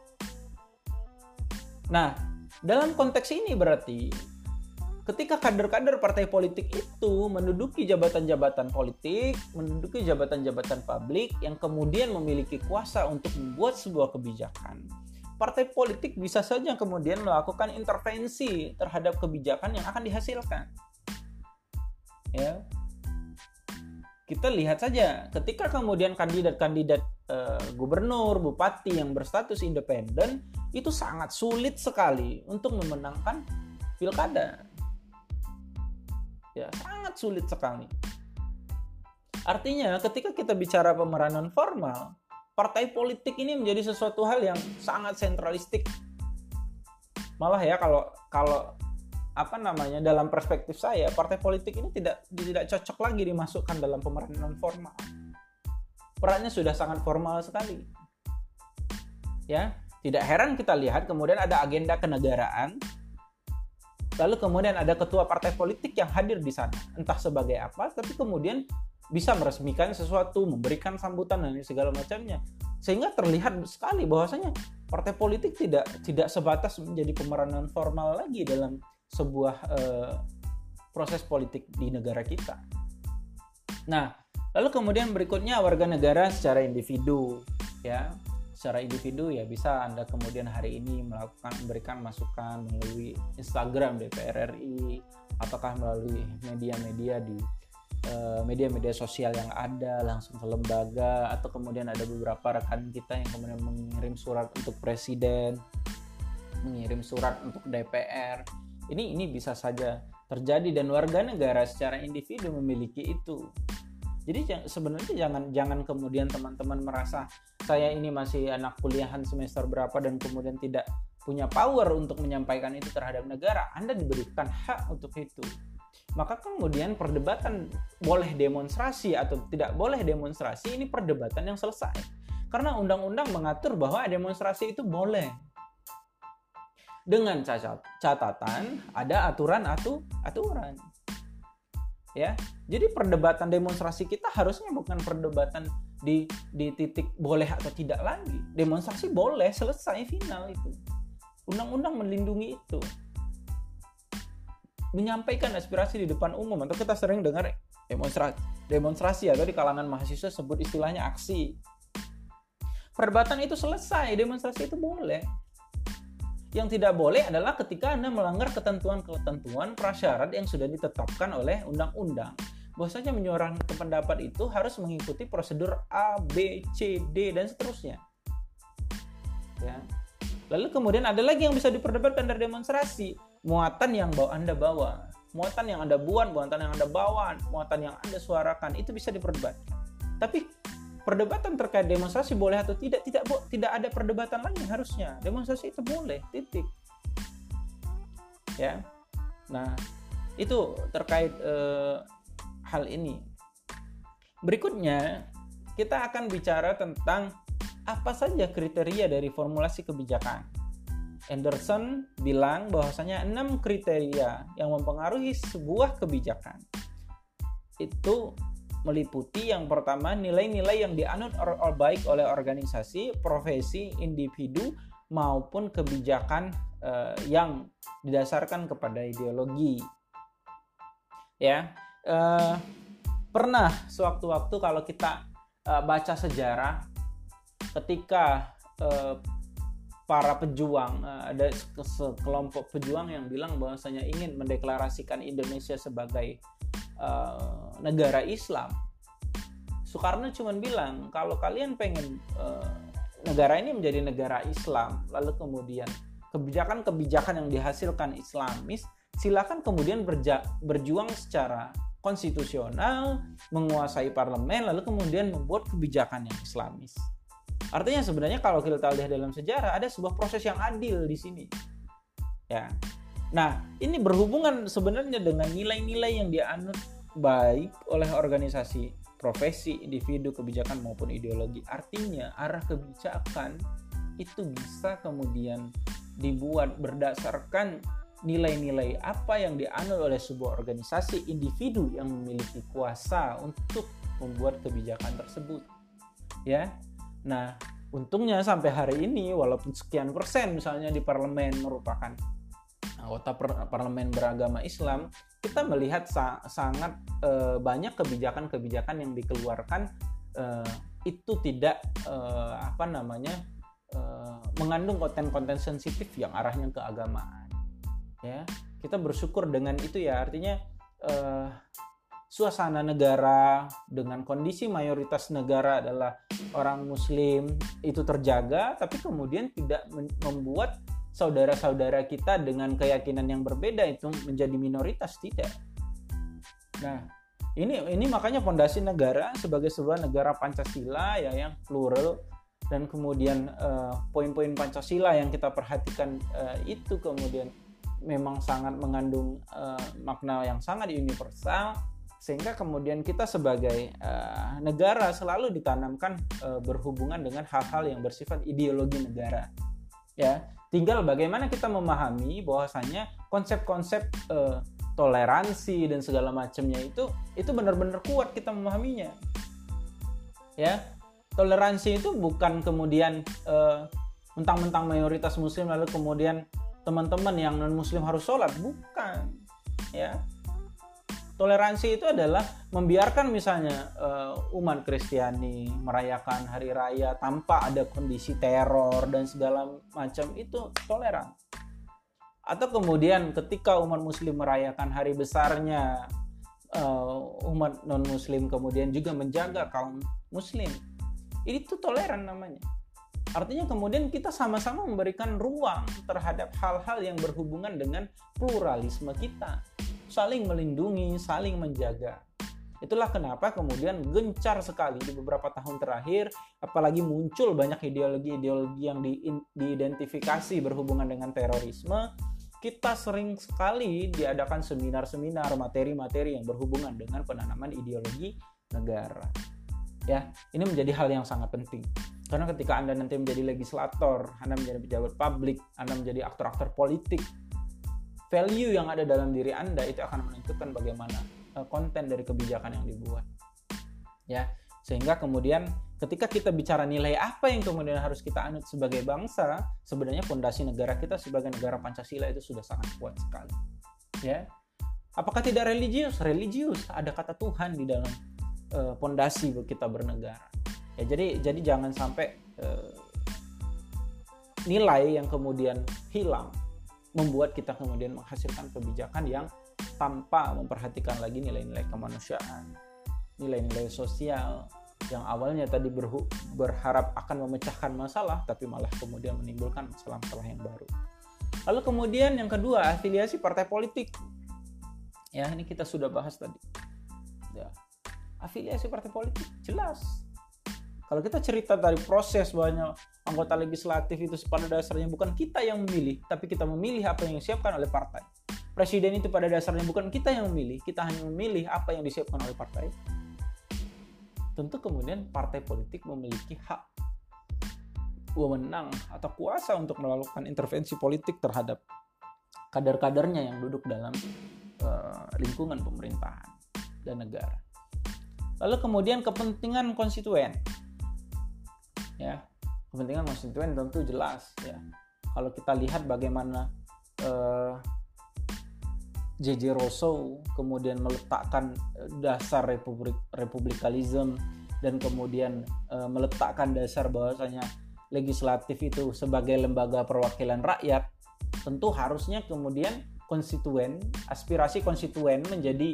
Nah, dalam konteks ini berarti ketika kader-kader partai politik itu menduduki jabatan-jabatan politik, menduduki jabatan-jabatan publik yang kemudian memiliki kuasa untuk membuat sebuah kebijakan, partai politik bisa saja kemudian melakukan intervensi terhadap kebijakan yang akan dihasilkan. Ya. Kita lihat saja ketika kemudian kandidat-kandidat gubernur, bupati yang berstatus independen itu sangat sulit sekali untuk memenangkan pilkada. Ya, sangat sulit sekali. Artinya ketika kita bicara pemeranan formal, partai politik ini menjadi sesuatu hal yang sangat sentralistik. Malah ya kalau dalam perspektif saya, partai politik ini tidak cocok lagi dimasukkan dalam pemeranan formal. Perannya sudah sangat formal sekali. Ya, tidak heran kita lihat kemudian ada agenda kenegaraan. Lalu kemudian ada ketua partai politik yang hadir di sana, entah sebagai apa, tapi kemudian bisa meresmikan sesuatu, memberikan sambutan dan segala macamnya. Sehingga terlihat sekali bahwasanya partai politik tidak sebatas menjadi pemeranan formal lagi dalam sebuah proses politik di negara kita. Nah, lalu kemudian berikutnya warga negara secara individu, ya. Secara individu ya bisa Anda kemudian hari ini memberikan masukan melalui Instagram DPR RI, ataukah melalui media-media di media-media sosial yang ada, langsung ke lembaga, atau kemudian ada beberapa rekan kita yang kemudian mengirim surat untuk presiden, mengirim surat untuk DPR. Ini bisa saja terjadi dan warga negara secara individu memiliki itu. Jadi sebenarnya jangan kemudian teman-teman merasa saya ini masih anak kuliahan semester berapa dan kemudian tidak punya power untuk menyampaikan itu terhadap negara. Anda diberikan hak untuk itu. Maka kemudian perdebatan boleh demonstrasi atau tidak boleh demonstrasi, ini perdebatan yang selesai. Karena undang-undang mengatur bahwa demonstrasi itu boleh. Dengan catatan ada aturan. Ya, jadi perdebatan demonstrasi kita harusnya bukan perdebatan di titik boleh atau tidak lagi. Demonstrasi boleh, selesai, final itu. Undang-undang melindungi itu. Menyampaikan aspirasi di depan umum, atau kita sering dengar demonstrasi atau di kalangan mahasiswa sebut istilahnya aksi. Perdebatan itu selesai, demonstrasi itu boleh. Yang tidak boleh adalah ketika Anda melanggar ketentuan-ketentuan prasyarat yang sudah ditetapkan oleh undang-undang. Bahwasanya menyuarakan pendapat itu harus mengikuti prosedur A, B, C, D, dan seterusnya. Ya. Lalu kemudian ada lagi yang bisa diperdebatkan dari demonstrasi. Muatan yang Anda bawa, muatan yang Anda buat, muatan yang Anda bawa, muatan yang Anda suarakan, itu bisa diperdebatkan. Tapi perdebatan terkait demonstrasi boleh atau tidak ada perdebatan lagi harusnya. Demonstrasi itu boleh, titik. Ya. Nah, itu terkait hal ini. Berikutnya, kita akan bicara tentang apa saja kriteria dari formulasi kebijakan. Anderson bilang bahwasanya 6 kriteria yang mempengaruhi sebuah kebijakan. Itu meliputi yang pertama nilai-nilai yang dianut baik oleh organisasi, profesi, individu maupun kebijakan yang didasarkan kepada ideologi. Ya, pernah sewaktu-waktu kalau kita baca sejarah ketika para pejuang, ada sekelompok pejuang yang bilang bahwasanya ingin mendeklarasikan Indonesia sebagai negara Islam. Soekarno cuma bilang kalau kalian pengen negara ini menjadi negara Islam, lalu kemudian kebijakan-kebijakan yang dihasilkan Islamis, silakan kemudian berjuang secara konstitusional, menguasai parlemen, lalu kemudian membuat kebijakan yang Islamis. Artinya sebenarnya kalau kita lihat dalam sejarah ada sebuah proses yang adil di sini. Ya. Nah, ini berhubungan sebenarnya dengan nilai-nilai yang dianut baik oleh organisasi profesi, individu, kebijakan maupun ideologi. Artinya arah kebijakan itu bisa kemudian dibuat berdasarkan nilai-nilai apa yang dianut oleh sebuah organisasi, individu yang memiliki kuasa untuk membuat kebijakan tersebut. Ya. Nah, untungnya sampai hari ini walaupun sekian persen misalnya di parlemen merupakan anggota parlemen beragama Islam, kita melihat sangat banyak kebijakan-kebijakan yang dikeluarkan itu tidak mengandung konten-konten sensitif yang arahnya ke agamaan. Ya, kita bersyukur dengan itu ya, artinya suasana negara dengan kondisi mayoritas negara adalah orang Muslim itu terjaga, tapi kemudian tidak membuat saudara-saudara kita dengan keyakinan yang berbeda itu menjadi minoritas, tidak. Nah, ini makanya fondasi negara sebagai sebuah negara Pancasila ya, yang plural, dan kemudian poin-poin Pancasila yang kita perhatikan itu kemudian memang sangat mengandung makna yang sangat universal, sehingga kemudian kita sebagai negara selalu ditanamkan berhubungan dengan hal-hal yang bersifat ideologi negara. Ya, tinggal bagaimana kita memahami bahwasanya konsep-konsep toleransi dan segala macamnya itu benar-benar kuat kita memahaminya. Ya, toleransi itu bukan kemudian mentang-mentang mayoritas Muslim lalu kemudian teman-teman yang non-Muslim harus sholat, bukan. Ya, toleransi itu adalah membiarkan misalnya umat Kristiani merayakan hari raya tanpa ada kondisi teror dan segala macam, itu toleran. Atau kemudian ketika umat Muslim merayakan hari besarnya umat non-Muslim kemudian juga menjaga kaum Muslim, itu toleran namanya. Artinya kemudian kita sama-sama memberikan ruang terhadap hal-hal yang berhubungan dengan pluralisme kita, saling melindungi, saling menjaga. Itulah kenapa kemudian gencar sekali di beberapa tahun terakhir, apalagi muncul banyak ideologi-ideologi yang diidentifikasi berhubungan dengan terorisme, kita sering sekali diadakan seminar-seminar, materi-materi yang berhubungan dengan penanaman ideologi negara. Ya, ini menjadi hal yang sangat penting. Karena ketika Anda nanti menjadi legislator, Anda menjadi pejabat publik, Anda menjadi aktor-aktor politik, value yang ada dalam diri Anda itu akan menentukan bagaimana konten dari kebijakan yang dibuat. Ya, sehingga kemudian ketika kita bicara nilai apa yang kemudian harus kita anut sebagai bangsa, sebenarnya fondasi negara kita sebagai negara Pancasila itu sudah sangat kuat sekali. Ya. Apakah tidak religius? Religius, ada kata Tuhan di dalam fondasi kita bernegara. Ya, jadi jangan sampai nilai yang kemudian hilang membuat kita kemudian menghasilkan kebijakan yang tanpa memperhatikan lagi nilai-nilai kemanusiaan, nilai-nilai sosial yang awalnya tadi berharap akan memecahkan masalah, tapi malah kemudian menimbulkan masalah-masalah yang baru. Lalu kemudian yang kedua, afiliasi partai politik. Ya, ini kita sudah bahas tadi. Ya, afiliasi partai politik jelas. Kalau kita cerita dari proses banyak anggota legislatif itu pada dasarnya bukan kita yang memilih, tapi kita memilih apa yang disiapkan oleh partai. Presiden itu pada dasarnya bukan kita yang memilih, kita hanya memilih apa yang disiapkan oleh partai. Tentu kemudian partai politik memiliki hak, wewenang atau kuasa untuk melakukan intervensi politik terhadap kader-kadernya yang duduk dalam lingkungan pemerintahan dan negara. Lalu kemudian kepentingan konstituen. Ya, kepentingan konstituen tentu jelas ya. Kalau kita lihat bagaimana J.J. Rousseau kemudian meletakkan dasar republikalisme dan kemudian meletakkan dasar bahwasanya legislatif itu sebagai lembaga perwakilan rakyat, tentu harusnya kemudian konstituen, aspirasi konstituen menjadi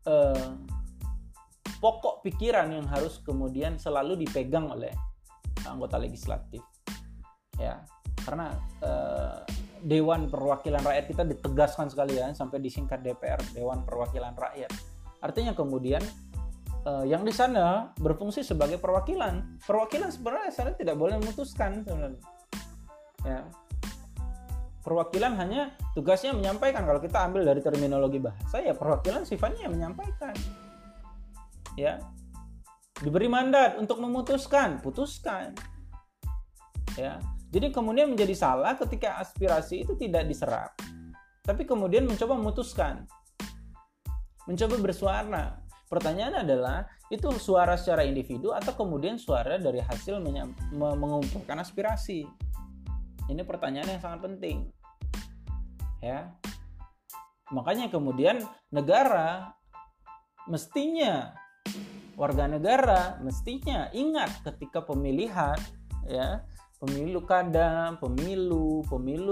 pokok pikiran yang harus kemudian selalu dipegang oleh anggota legislatif. Ya, karena Dewan Perwakilan Rakyat kita ditegaskan sekali ya, sampai disingkat DPR, Dewan Perwakilan Rakyat. Artinya kemudian yang di sana berfungsi sebagai perwakilan. Perwakilan sebenarnya tidak boleh memutuskan sebenarnya. Ya. Perwakilan hanya tugasnya menyampaikan. Kalau kita ambil dari terminologi bahasa, ya perwakilan sifatnya menyampaikan. Ya. diberi mandat untuk memutuskan, putuskan. Ya. Jadi kemudian menjadi salah ketika aspirasi itu tidak diserap, tapi kemudian mencoba memutuskan, mencoba bersuara. Pertanyaan adalah, itu suara secara individu atau kemudian suara dari hasil mengumpulkan aspirasi? Ini pertanyaan yang sangat penting. Ya. Makanya kemudian negara mestinya, warga negara mestinya ingat ketika pemilihan, ya, pemilu kada, pemilu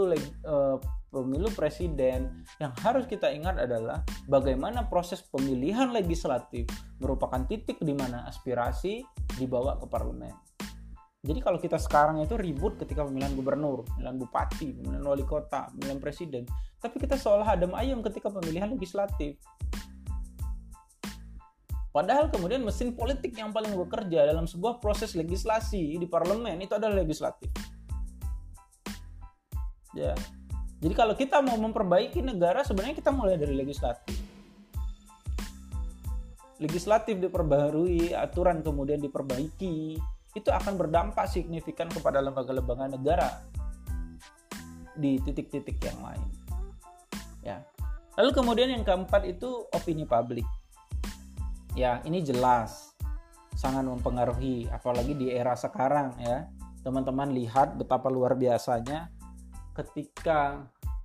presiden, yang harus kita ingat adalah bagaimana proses pemilihan legislatif merupakan titik di mana aspirasi dibawa ke parlemen. Jadi kalau kita sekarang itu ribut ketika pemilihan gubernur, pemilihan bupati, pemilihan wali kota, pemilihan presiden, tapi kita seolah adem ayem ketika pemilihan legislatif. Padahal kemudian mesin politik yang paling bekerja dalam sebuah proses legislasi di parlemen itu adalah legislatif. Ya. Jadi kalau kita mau memperbaiki negara, sebenarnya kita mulai dari legislatif. Legislatif diperbaharui, aturan kemudian diperbaiki, itu akan berdampak signifikan kepada lembaga-lembaga negara di titik-titik yang lain. Ya. Lalu kemudian yang keempat itu opini publik. Ya, ini jelas sangat mempengaruhi, apalagi di era sekarang ya. Teman-teman lihat betapa luar biasanya ketika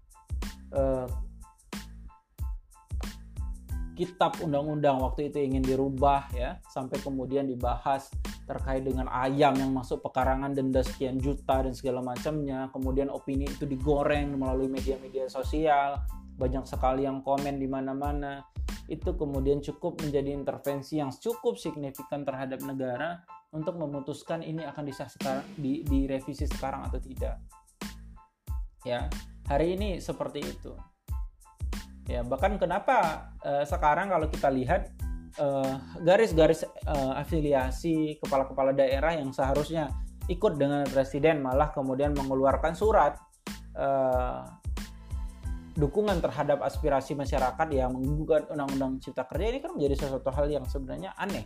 kitab undang-undang waktu itu ingin dirubah ya, sampai kemudian dibahas terkait dengan ayam yang masuk pekarangan denda sekian juta dan segala macamnya. Kemudian opini itu digoreng melalui media-media sosial, banyak sekali yang komen di mana-mana. Itu kemudian cukup menjadi intervensi yang cukup signifikan terhadap negara untuk memutuskan ini akan disah sekarang, direvisi sekarang atau tidak. Ya, hari ini seperti itu. Ya, bahkan kenapa sekarang kalau kita lihat garis-garis afiliasi kepala-kepala daerah yang seharusnya ikut dengan presiden malah kemudian mengeluarkan surat dukungan terhadap aspirasi masyarakat yang menggugat undang-undang cipta kerja, ini kan menjadi sesuatu hal yang sebenarnya aneh.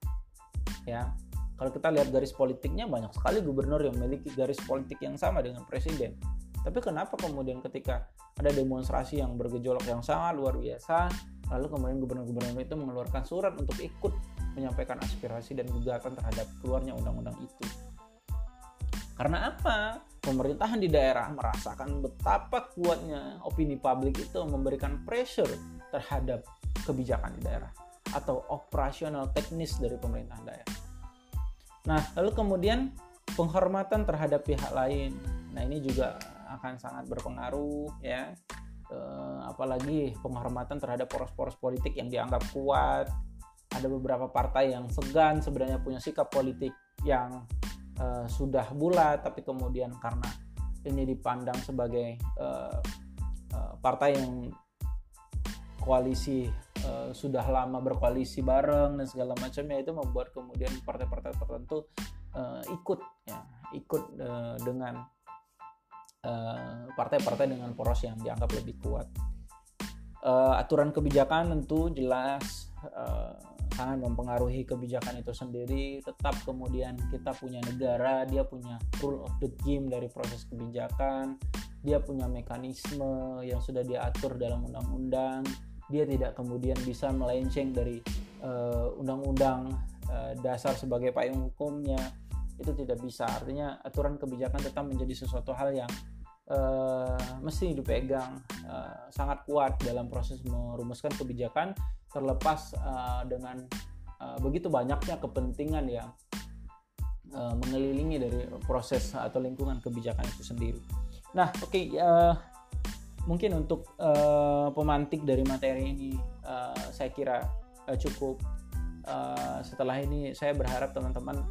Ya, kalau kita lihat garis politiknya, banyak sekali gubernur yang memiliki garis politik yang sama dengan presiden. Tapi kenapa kemudian ketika ada demonstrasi yang bergejolak yang sangat luar biasa, lalu kemudian gubernur-gubernur itu mengeluarkan surat untuk ikut menyampaikan aspirasi dan gugatan terhadap keluarnya undang-undang itu? Karena apa? Pemerintahan di daerah merasakan betapa kuatnya opini publik itu memberikan pressure terhadap kebijakan di daerah atau operasional teknis dari pemerintahan daerah. Nah, lalu kemudian penghormatan terhadap pihak lain. Nah, ini juga akan sangat berpengaruh ya. Apalagi penghormatan terhadap poros-poros politik yang dianggap kuat. Ada beberapa partai yang segan sebenarnya punya sikap politik yang sudah bulat, tapi kemudian karena ini dipandang sebagai partai yang koalisi sudah lama berkoalisi bareng dan segala macamnya, itu membuat kemudian partai-partai tertentu ikut dengan partai-partai dengan poros yang dianggap lebih kuat. Aturan kebijakan tentu jelas sangat mempengaruhi kebijakan itu sendiri. Tetap kemudian kita punya negara, dia punya rule of the game dari proses kebijakan, dia punya mekanisme yang sudah diatur dalam undang-undang, dia tidak kemudian bisa melenceng dari undang-undang dasar sebagai payung hukumnya, itu tidak bisa. Artinya aturan kebijakan tetap menjadi sesuatu hal yang mesti dipegang sangat kuat dalam proses merumuskan kebijakan, terlepas dengan begitu banyaknya kepentingan yang mengelilingi dari proses atau lingkungan kebijakan itu sendiri. Nah, oke, mungkin untuk pemantik dari materi ini saya kira cukup. Setelah ini saya berharap teman-teman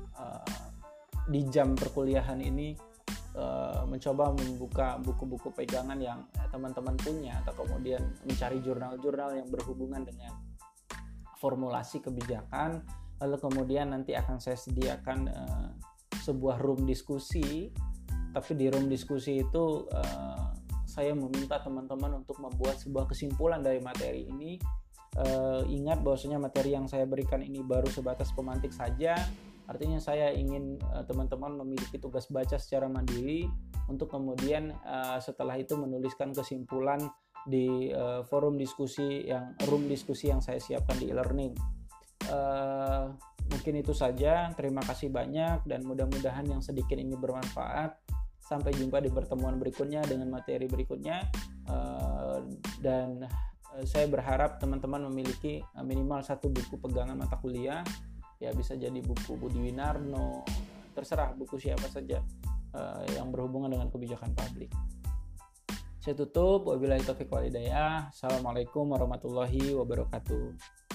di jam perkuliahan ini mencoba membuka buku-buku pegangan yang teman-teman punya, atau kemudian mencari jurnal-jurnal yang berhubungan dengan formulasi kebijakan. Lalu kemudian nanti akan saya sediakan sebuah room diskusi, tapi di room diskusi itu saya meminta teman-teman untuk membuat sebuah kesimpulan dari materi ini, Ingat bahwasanya materi yang saya berikan ini baru sebatas pemantik saja. Artinya saya ingin teman-teman memiliki tugas baca secara mandiri untuk kemudian setelah itu menuliskan kesimpulan di room diskusi yang saya siapkan di e-learning. Mungkin itu saja. Terima kasih banyak dan mudah-mudahan yang sedikit ini bermanfaat. Sampai jumpa di pertemuan berikutnya dengan materi berikutnya. Dan saya berharap teman-teman memiliki minimal 1 buku pegangan mata kuliah. Ya, bisa jadi buku Budi Winarno, terserah buku siapa saja yang berhubungan dengan kebijakan publik. Saya tutup. Wabillahi taufiq wal hidayah. Assalamualaikum warahmatullahi wabarakatuh.